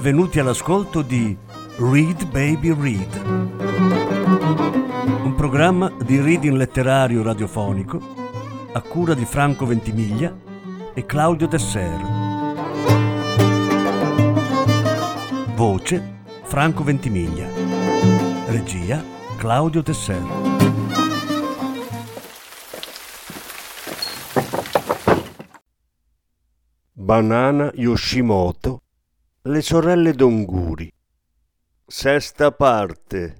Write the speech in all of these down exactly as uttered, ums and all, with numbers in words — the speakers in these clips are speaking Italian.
benvenuti all'ascolto di Read Baby Read, un programma di reading letterario radiofonico a cura di Franco Ventimiglia e Claudio Desser. Voce Franco Ventimiglia. Regia Claudio Desser. Banana Yoshimoto, le sorelle Donguri. Sesta parte.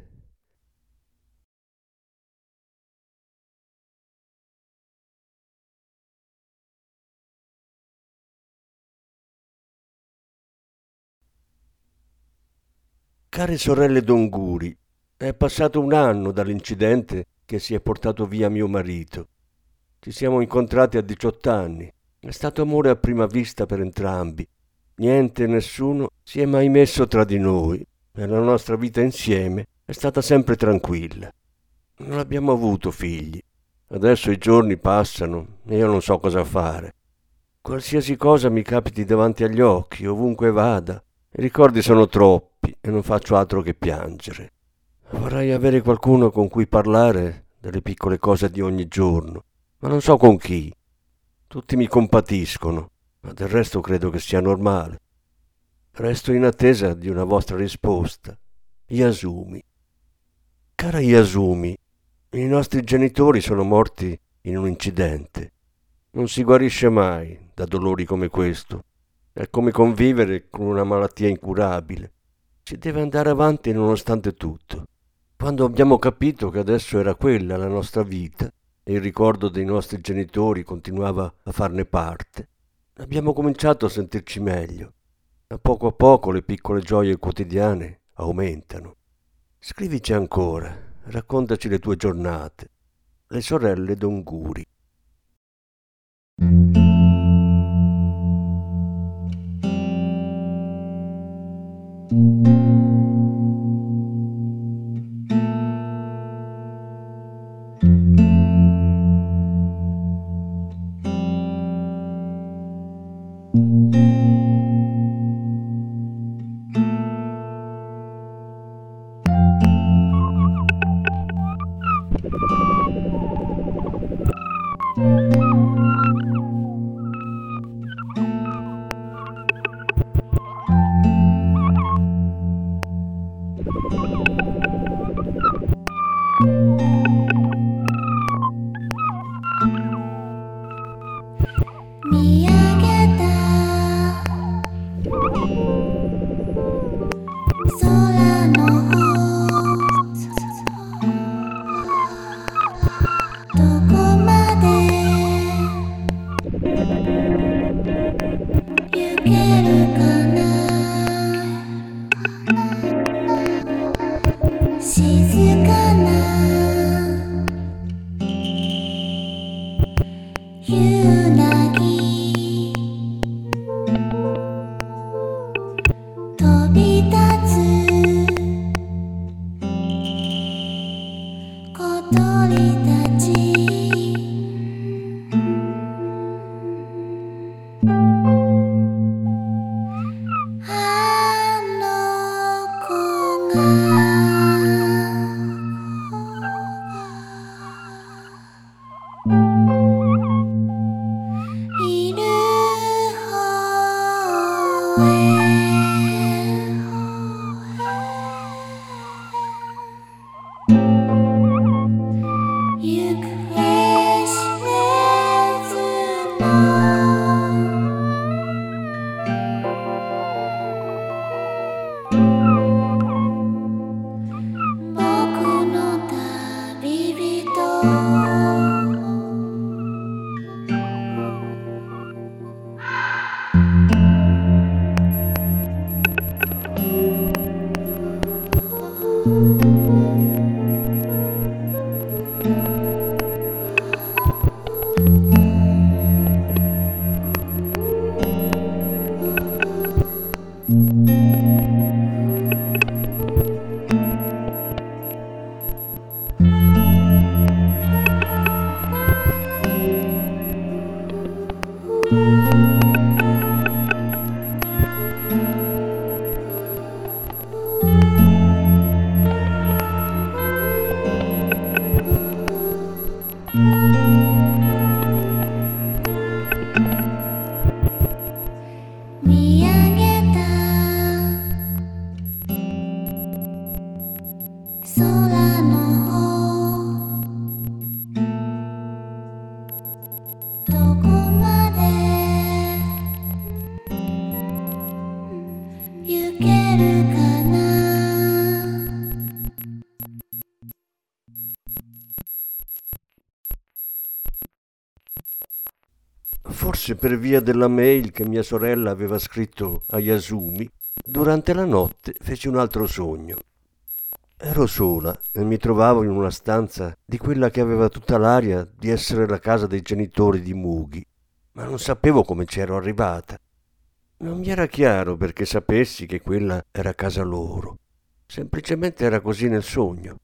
Care sorelle Donguri, è passato un anno dall'incidente che si è portato via mio marito. Ci siamo incontrati a diciotto anni. È stato amore a prima vista per entrambi. Niente e nessuno si è mai messo tra di noi e la nostra vita insieme è stata sempre tranquilla. Non abbiamo avuto figli. Adesso i giorni passano e io non so cosa fare. Qualsiasi cosa mi capiti davanti agli occhi, ovunque vada, i ricordi sono troppi e non faccio altro che piangere. Vorrei avere qualcuno con cui parlare delle piccole cose di ogni giorno, ma non so con chi. Tutti mi compatiscono, ma del resto credo che sia normale. Resto in attesa di una vostra risposta. Yasumi. Cara Yasumi, i nostri genitori sono morti in un incidente. Non si guarisce mai da dolori come questo. È come convivere con una malattia incurabile. Si deve andare avanti nonostante tutto. Quando abbiamo capito che adesso era quella la nostra vita e il ricordo dei nostri genitori continuava a farne parte, abbiamo cominciato a sentirci meglio. A poco a poco le piccole gioie quotidiane aumentano. Scrivici ancora, raccontaci le tue giornate. Le sorelle Donguri. You 空の方どこまで行けるかな。 Forse per via della mail che mia sorella aveva scritto a Yasumi, durante la notte feci un altro sogno. Ero sola e mi trovavo in una stanza di quella che aveva tutta l'aria di essere la casa dei genitori di Mugi, ma non sapevo come ci ero arrivata. Non mi era chiaro perché sapessi che quella era casa loro. Semplicemente era così nel sogno.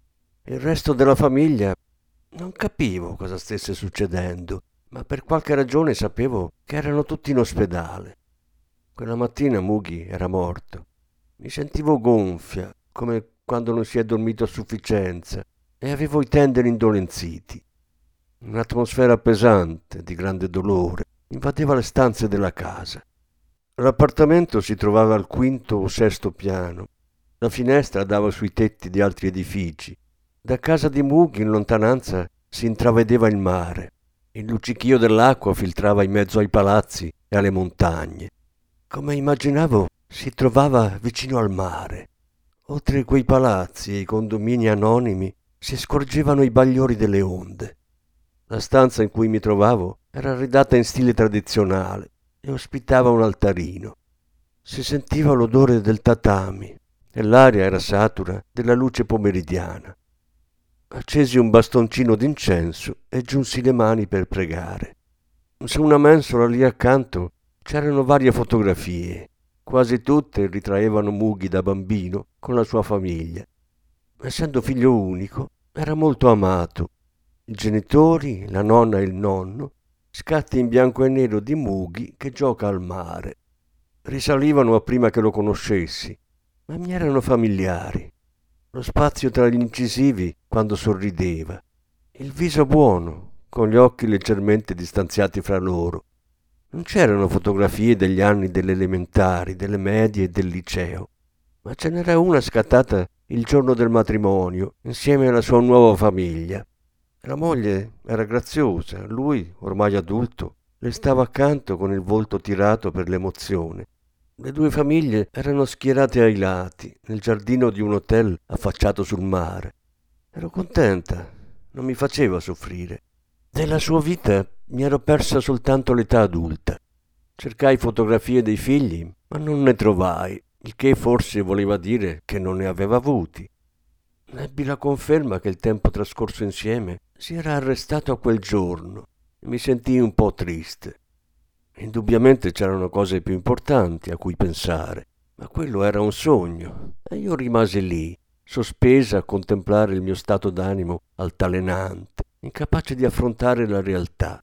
Il resto della famiglia non capivo cosa stesse succedendo, ma per qualche ragione sapevo che erano tutti in ospedale. Quella mattina Mugi era morto. Mi sentivo gonfia, come quando non si è dormito a sufficienza, e avevo i tendini indolenziti. Un'atmosfera pesante, di grande dolore, invadeva le stanze della casa. L'appartamento si trovava al quinto o sesto piano. La finestra dava sui tetti di altri edifici. Da casa di Mugi in lontananza si intravedeva il mare. Il luccichio dell'acqua filtrava in mezzo ai palazzi e alle montagne. Come immaginavo, si trovava vicino al mare. Oltre quei palazzi e i condomini anonimi si scorgevano i bagliori delle onde. La stanza in cui mi trovavo era arredata in stile tradizionale e ospitava un altarino. Si sentiva l'odore del tatami e l'aria era satura della luce pomeridiana. Accesi un bastoncino d'incenso e giunsi le mani per pregare. Su una mensola lì accanto c'erano varie fotografie. Quasi tutte ritraevano Mugi da bambino con la sua famiglia. Essendo figlio unico, era molto amato. I genitori, la nonna e il nonno, scatti in bianco e nero di Mugi che gioca al mare. Risalivano a prima che lo conoscessi, ma mi erano familiari. Lo spazio tra gli incisivi quando sorrideva, il viso buono, con gli occhi leggermente distanziati fra loro. Non c'erano fotografie degli anni delle elementari, delle medie e del liceo, ma ce n'era una scattata il giorno del matrimonio, insieme alla sua nuova famiglia. La moglie era graziosa, lui, ormai adulto, le stava accanto con il volto tirato per l'emozione. Le due famiglie erano schierate ai lati, nel giardino di un hotel affacciato sul mare. Ero contenta, non mi faceva soffrire. Della sua vita mi ero persa soltanto l'età adulta. Cercai fotografie dei figli, ma non ne trovai, il che forse voleva dire che non ne aveva avuti. Ebbi la conferma che il tempo trascorso insieme si era arrestato a quel giorno e mi sentii un po' triste. Indubbiamente c'erano cose più importanti a cui pensare, ma quello era un sogno e io rimasi lì, sospesa a contemplare il mio stato d'animo altalenante, incapace di affrontare la realtà.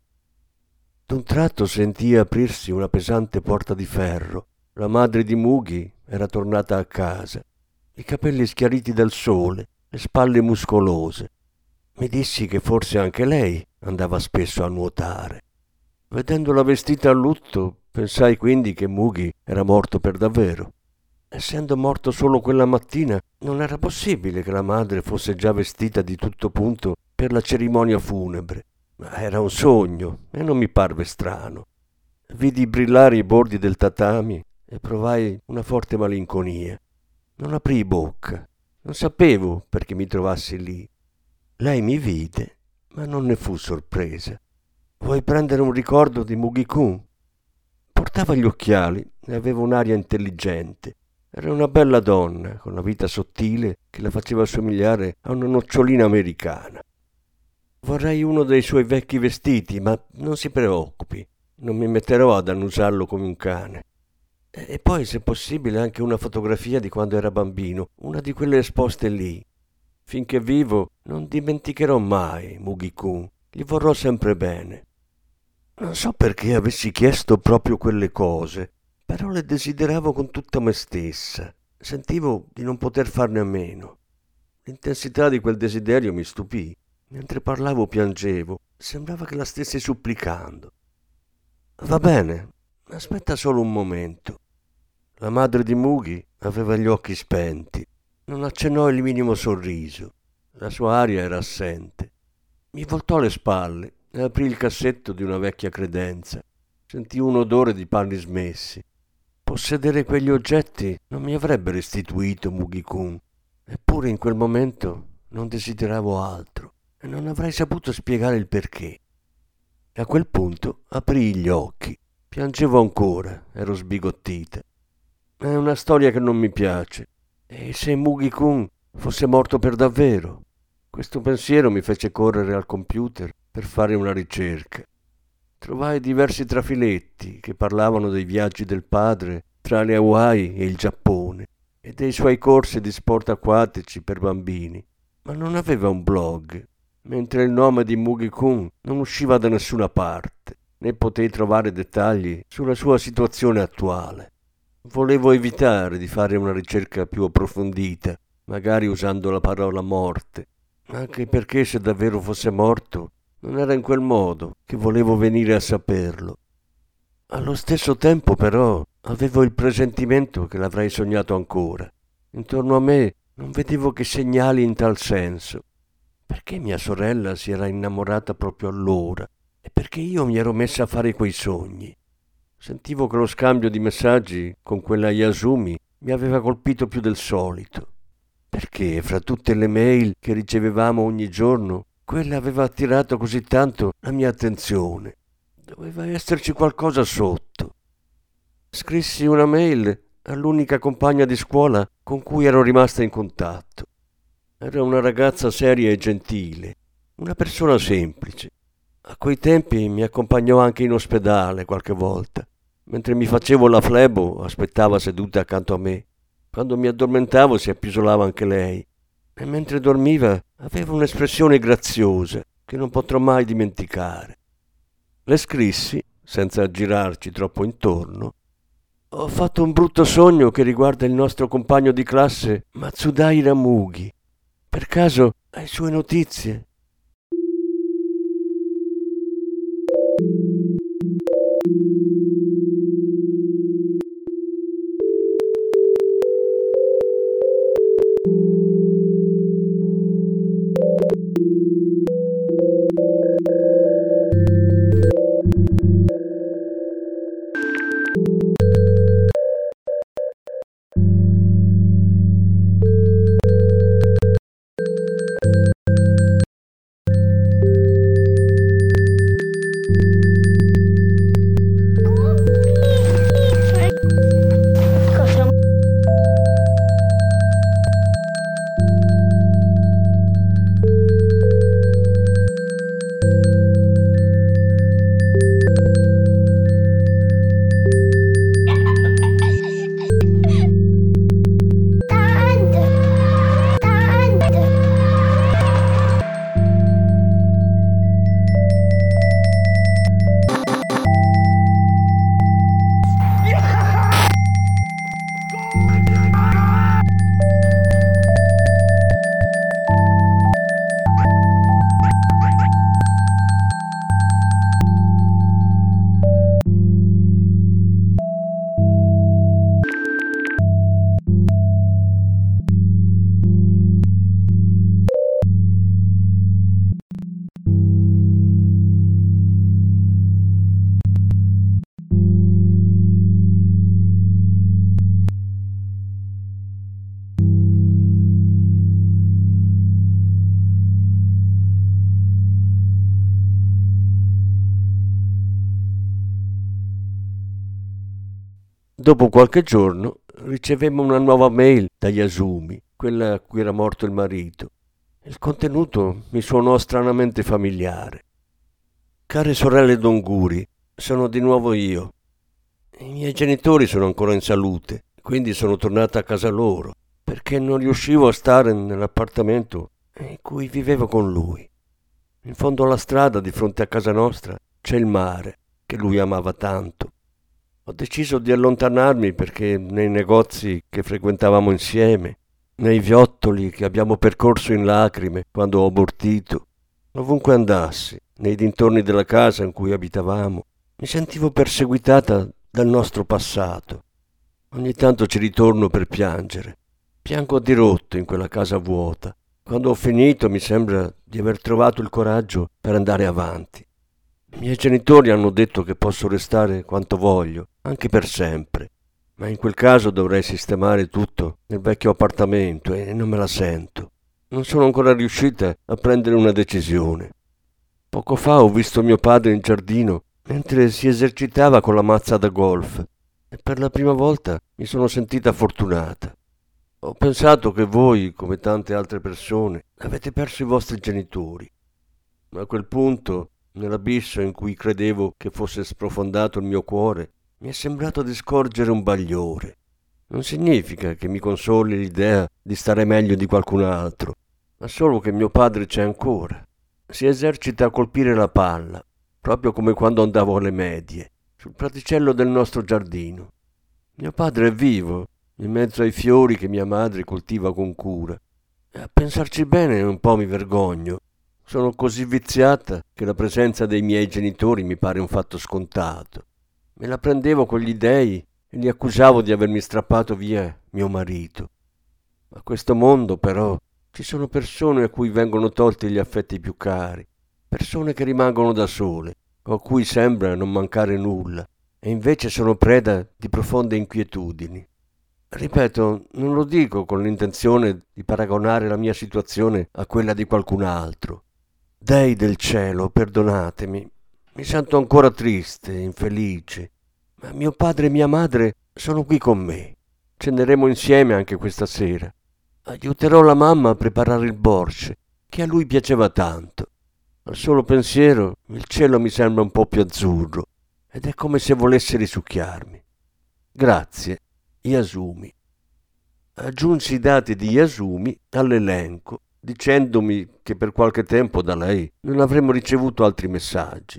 D'un tratto sentii aprirsi una pesante porta di ferro. La madre di Mugi era tornata a casa, i capelli schiariti dal sole, le spalle muscolose. Mi dissi che forse anche lei andava spesso a nuotare. Vedendola vestita a lutto, pensai quindi che Mugi era morto per davvero. Essendo morto solo quella mattina, non era possibile che la madre fosse già vestita di tutto punto per la cerimonia funebre. Ma era un sogno e non mi parve strano. Vidi brillare i bordi del tatami e provai una forte malinconia. Non aprii bocca. Non sapevo perché mi trovassi lì. Lei mi vide, ma non ne fu sorpresa. «Vuoi prendere un ricordo di Mugi-kun?» Portava gli occhiali e aveva un'aria intelligente. Era una bella donna, con la vita sottile che la faceva somigliare a una nocciolina americana. «Vorrei uno dei suoi vecchi vestiti, ma non si preoccupi, non mi metterò ad annusarlo come un cane. E poi, se possibile, anche una fotografia di quando era bambino, una di quelle esposte lì. Finché vivo non dimenticherò mai Mugi-kun, gli vorrò sempre bene». Non so perché avessi chiesto proprio quelle cose, però le desideravo con tutta me stessa. Sentivo di non poter farne a meno. L'intensità di quel desiderio mi stupì. Mentre parlavo piangevo, sembrava che la stessi supplicando. «Va bene, aspetta solo un momento». La madre di Mugi aveva gli occhi spenti. non accennò il minimo sorriso. La sua aria era assente. Mi voltò le spalle e aprì il cassetto di una vecchia credenza. Sentii un odore di panni smessi. Possedere quegli oggetti non mi avrebbe restituito Mugi-kun, eppure in quel momento non desideravo altro e non avrei saputo spiegare il perché. E a quel punto aprii gli occhi. Piangevo ancora, ero sbigottita. È una storia che non mi piace. E se Mugi-kun fosse morto per davvero? Questo pensiero mi fece correre al computer per fare una ricerca. Trovai diversi trafiletti che parlavano dei viaggi del padre tra le Hawaii e il Giappone e dei suoi corsi di sport acquatici per bambini, ma non aveva un blog, mentre il nome di Mugi-kun non usciva da nessuna parte, né potei trovare dettagli sulla sua situazione attuale. Volevo evitare di fare una ricerca più approfondita, magari usando la parola morte, anche perché se davvero fosse morto non era in quel modo che volevo venire a saperlo. Allo stesso tempo, però, avevo il presentimento che l'avrei sognato ancora. Intorno a me non vedevo che segnali in tal senso. Perché mia sorella si era innamorata proprio allora? E perché io mi ero messa a fare quei sogni? Sentivo che lo scambio di messaggi con quella Yasumi mi aveva colpito più del solito. Perché, fra tutte le mail che ricevevamo ogni giorno, quella aveva attirato così tanto la mia attenzione. Doveva esserci qualcosa sotto. Scrissi una mail all'unica compagna di scuola con cui ero rimasta in contatto. Era una ragazza seria e gentile, una persona semplice. A quei tempi mi accompagnò anche in ospedale qualche volta. Mentre mi facevo la flebo, aspettava seduta accanto a me. Quando mi addormentavo si appisolava anche lei. E mentre dormiva aveva un'espressione graziosa che non potrò mai dimenticare. Le scrissi, senza girarci troppo intorno: «Ho fatto un brutto sogno che riguarda il nostro compagno di classe Matsudaira Mugi. Per caso hai sue notizie?» Dopo qualche giorno ricevemmo una nuova mail da Yasumi, quella a cui era morto il marito. Il contenuto mi suonò stranamente familiare. «Care sorelle Donguri, sono di nuovo io. I miei genitori sono ancora in salute, quindi sono tornata a casa loro, perché non riuscivo a stare nell'appartamento in cui vivevo con lui. In fondo alla strada, di fronte a casa nostra, c'è il mare, che lui amava tanto. Ho deciso di allontanarmi perché nei negozi che frequentavamo insieme, nei viottoli che abbiamo percorso in lacrime quando ho abortito, ovunque andassi, nei dintorni della casa in cui abitavamo, mi sentivo perseguitata dal nostro passato. Ogni tanto ci ritorno per piangere. Piango a dirotto in quella casa vuota. Quando ho finito mi sembra di aver trovato il coraggio per andare avanti. I miei genitori hanno detto che posso restare quanto voglio, anche per sempre, ma in quel caso dovrei sistemare tutto nel vecchio appartamento e non me la sento. Non sono ancora riuscita a prendere una decisione. Poco fa ho visto mio padre in giardino mentre si esercitava con la mazza da golf e per la prima volta mi sono sentita fortunata. Ho pensato che voi, come tante altre persone, avete perso i vostri genitori. Ma a quel punto, nell'abisso in cui credevo che fosse sprofondato il mio cuore, mi è sembrato di scorgere un bagliore. Non significa che mi consoli l'idea di stare meglio di qualcun altro, ma solo che mio padre c'è ancora. Si esercita a colpire la palla, proprio come quando andavo alle medie, sul praticello del nostro giardino. Mio padre è vivo, in mezzo ai fiori che mia madre coltiva con cura. E a pensarci bene un po' mi vergogno. Sono così viziata che la presenza dei miei genitori mi pare un fatto scontato. Me la prendevo con gli dèi e li accusavo di avermi strappato via mio marito. A questo mondo, però, ci sono persone a cui vengono tolti gli affetti più cari, persone che rimangono da sole, o a cui sembra non mancare nulla, e invece sono preda di profonde inquietudini. Ripeto, non lo dico con l'intenzione di paragonare la mia situazione a quella di qualcun altro. Dei del cielo, perdonatemi, mi sento ancora triste, infelice, ma mio padre e mia madre sono qui con me. Ceneremo insieme anche questa sera. Aiuterò la mamma a preparare il borscht, che a lui piaceva tanto. Al solo pensiero il cielo mi sembra un po' più azzurro ed è come se volesse risucchiarmi. Grazie. Yasumi. Aggiunsi i dati di Yasumi all'elenco, dicendomi che per qualche tempo da lei non avremmo ricevuto altri messaggi.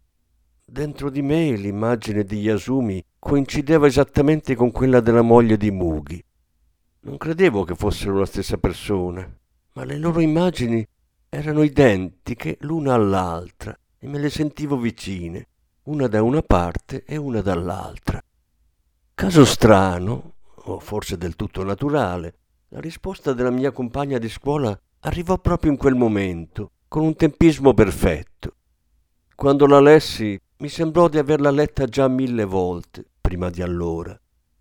Dentro di me l'immagine di Yasumi coincideva esattamente con quella della moglie di Mugi. Non credevo che fossero la stessa persona, ma le loro immagini erano identiche l'una all'altra e me le sentivo vicine, una da una parte e una dall'altra. Caso strano, o forse del tutto naturale, la risposta della mia compagna di scuola arrivò proprio in quel momento, con un tempismo perfetto. Quando la lessi, mi sembrò di averla letta già mille volte prima di allora.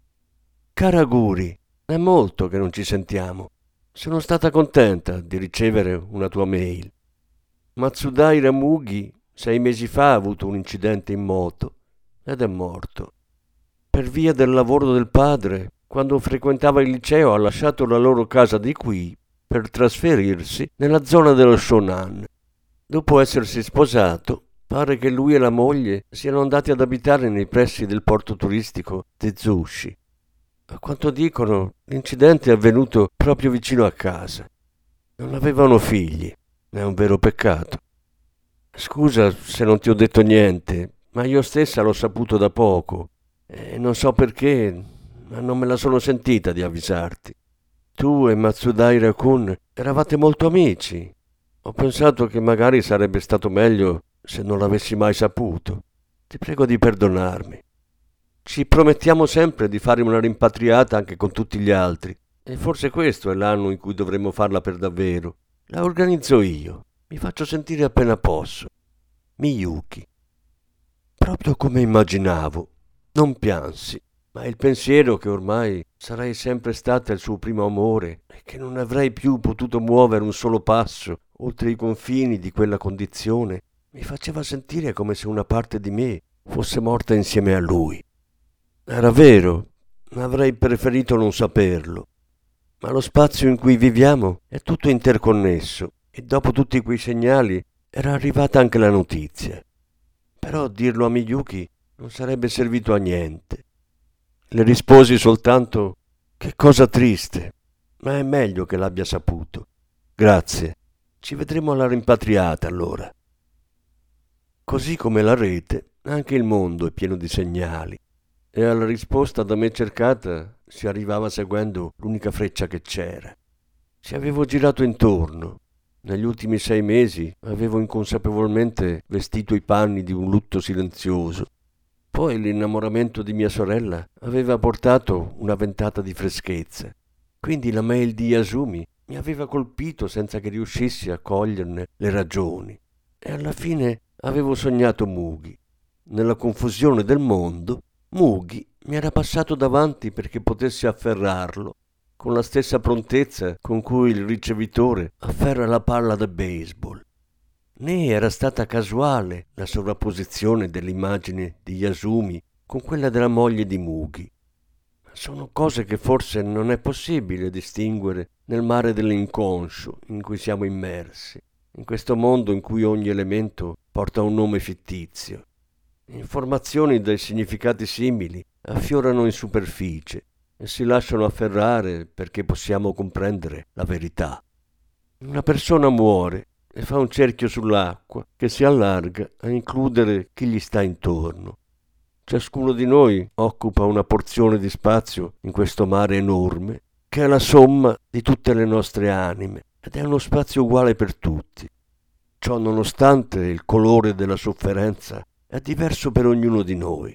Cara Guri, è molto che non ci sentiamo. Sono stata contenta di ricevere una tua mail. Matsudaira Mugi sei mesi fa ha avuto un incidente in moto ed è morto. Per via del lavoro del padre, quando frequentava il liceo ha lasciato la loro casa di qui per trasferirsi nella zona dello Shonan. Dopo essersi sposato, pare che lui e la moglie siano andati ad abitare nei pressi del porto turistico Tezushi. A quanto dicono, l'incidente è avvenuto proprio vicino a casa. Non avevano figli, è un vero peccato. Scusa se non ti ho detto niente, ma io stessa l'ho saputo da poco. E non so perché, ma non me la sono sentita di avvisarti. Tu e Matsudaira-kun eravate molto amici. Ho pensato che magari sarebbe stato meglio se non l'avessi mai saputo. Ti prego di perdonarmi. Ci promettiamo sempre di fare una rimpatriata anche con tutti gli altri. E forse questo è l'anno in cui dovremmo farla per davvero. La organizzo io. Mi faccio sentire appena posso. Miyuki. Proprio come immaginavo. Non piansi, ma il pensiero che ormai sarei sempre stata il suo primo amore e che non avrei più potuto muovere un solo passo oltre i confini di quella condizione mi faceva sentire come se una parte di me fosse morta insieme a lui. Era vero, avrei preferito non saperlo, ma lo spazio in cui viviamo è tutto interconnesso e dopo tutti quei segnali era arrivata anche la notizia. Però dirlo a Miyuki non sarebbe servito a niente. Le risposi soltanto: che cosa triste, ma è meglio che l'abbia saputo. Grazie, ci vedremo alla rimpatriata allora. Così come la rete, anche il mondo è pieno di segnali, e alla risposta da me cercata si arrivava seguendo l'unica freccia che c'era. Ci avevo girato intorno. Negli ultimi sei mesi avevo inconsapevolmente vestito i panni di un lutto silenzioso. Poi l'innamoramento di mia sorella aveva portato una ventata di freschezza. Quindi la mail di Yasumi mi aveva colpito senza che riuscissi a coglierne le ragioni. E alla fine avevo sognato Mugi. Nella confusione del mondo, Mugi mi era passato davanti perché potessi afferrarlo, con la stessa prontezza con cui il ricevitore afferra la palla da baseball. Né era stata casuale la sovrapposizione dell'immagine di Yasumi con quella della moglie di Mugi. Sono cose che forse non è possibile distinguere nel mare dell'inconscio in cui siamo immersi, in questo mondo in cui ogni elemento porta un nome fittizio. Informazioni dai significati simili affiorano in superficie e si lasciano afferrare perché possiamo comprendere la verità. Una persona muore e fa un cerchio sull'acqua che si allarga a includere chi gli sta intorno. Ciascuno di noi occupa una porzione di spazio in questo mare enorme che è la somma di tutte le nostre anime ed è uno spazio uguale per tutti. Ciò nonostante il colore della sofferenza è diverso per ognuno di noi.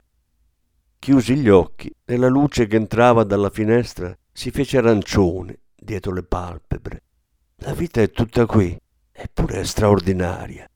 Chiusi gli occhi e la luce che entrava dalla finestra si fece arancione dietro le palpebre. La vita è tutta qui, eppure è straordinaria.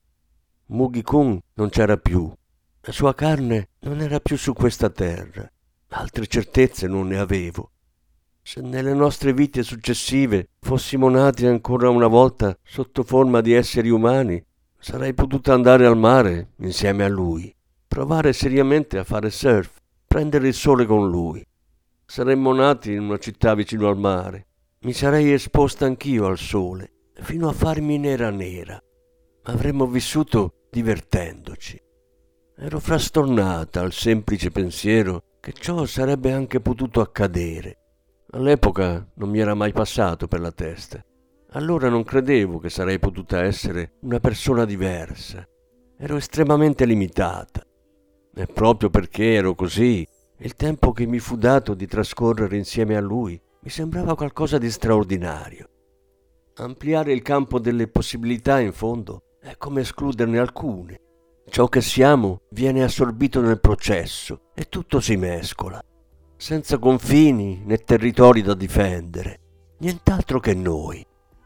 Mugi-kun non c'era più. La sua carne non era più su questa terra. Altre certezze non ne avevo. Se nelle nostre vite successive fossimo nati ancora una volta sotto forma di esseri umani, sarei potuta andare al mare insieme a lui, provare seriamente a fare surf, prendere il sole con lui. Saremmo nati in una città vicino al mare. Mi sarei esposta anch'io al sole, fino a farmi nera nera. Avremmo vissuto divertendoci. Ero frastornata al semplice pensiero che ciò sarebbe anche potuto accadere. All'epoca non mi era mai passato per la testa. Allora non credevo che sarei potuta essere una persona diversa. Ero estremamente limitata. E proprio perché ero così, il tempo che mi fu dato di trascorrere insieme a lui mi sembrava qualcosa di straordinario. Ampliare il campo delle possibilità, in fondo, è come escluderne alcune. Ciò che siamo viene assorbito nel processo e tutto si mescola, senza confini né territori da difendere, nient'altro che noi.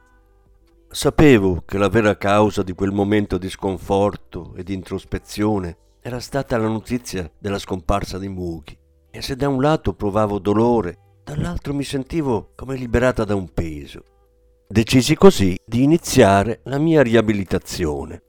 Sapevo che la vera causa di quel momento di sconforto e di introspezione era stata la notizia della scomparsa di Mugi, e se da un lato provavo dolore, dall'altro mi sentivo come liberata da un peso. Decisi così di iniziare la mia riabilitazione.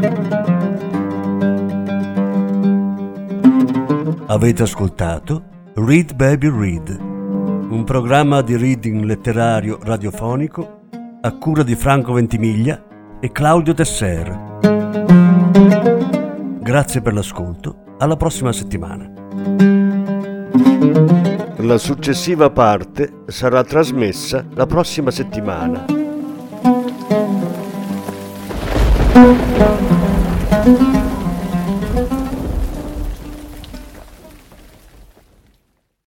Avete ascoltato Read Baby Read, un programma di reading letterario radiofonico a cura di Franco Ventimiglia e Claudio Tesser. Grazie per l'ascolto, alla prossima settimana. La successiva parte sarà trasmessa la prossima settimana.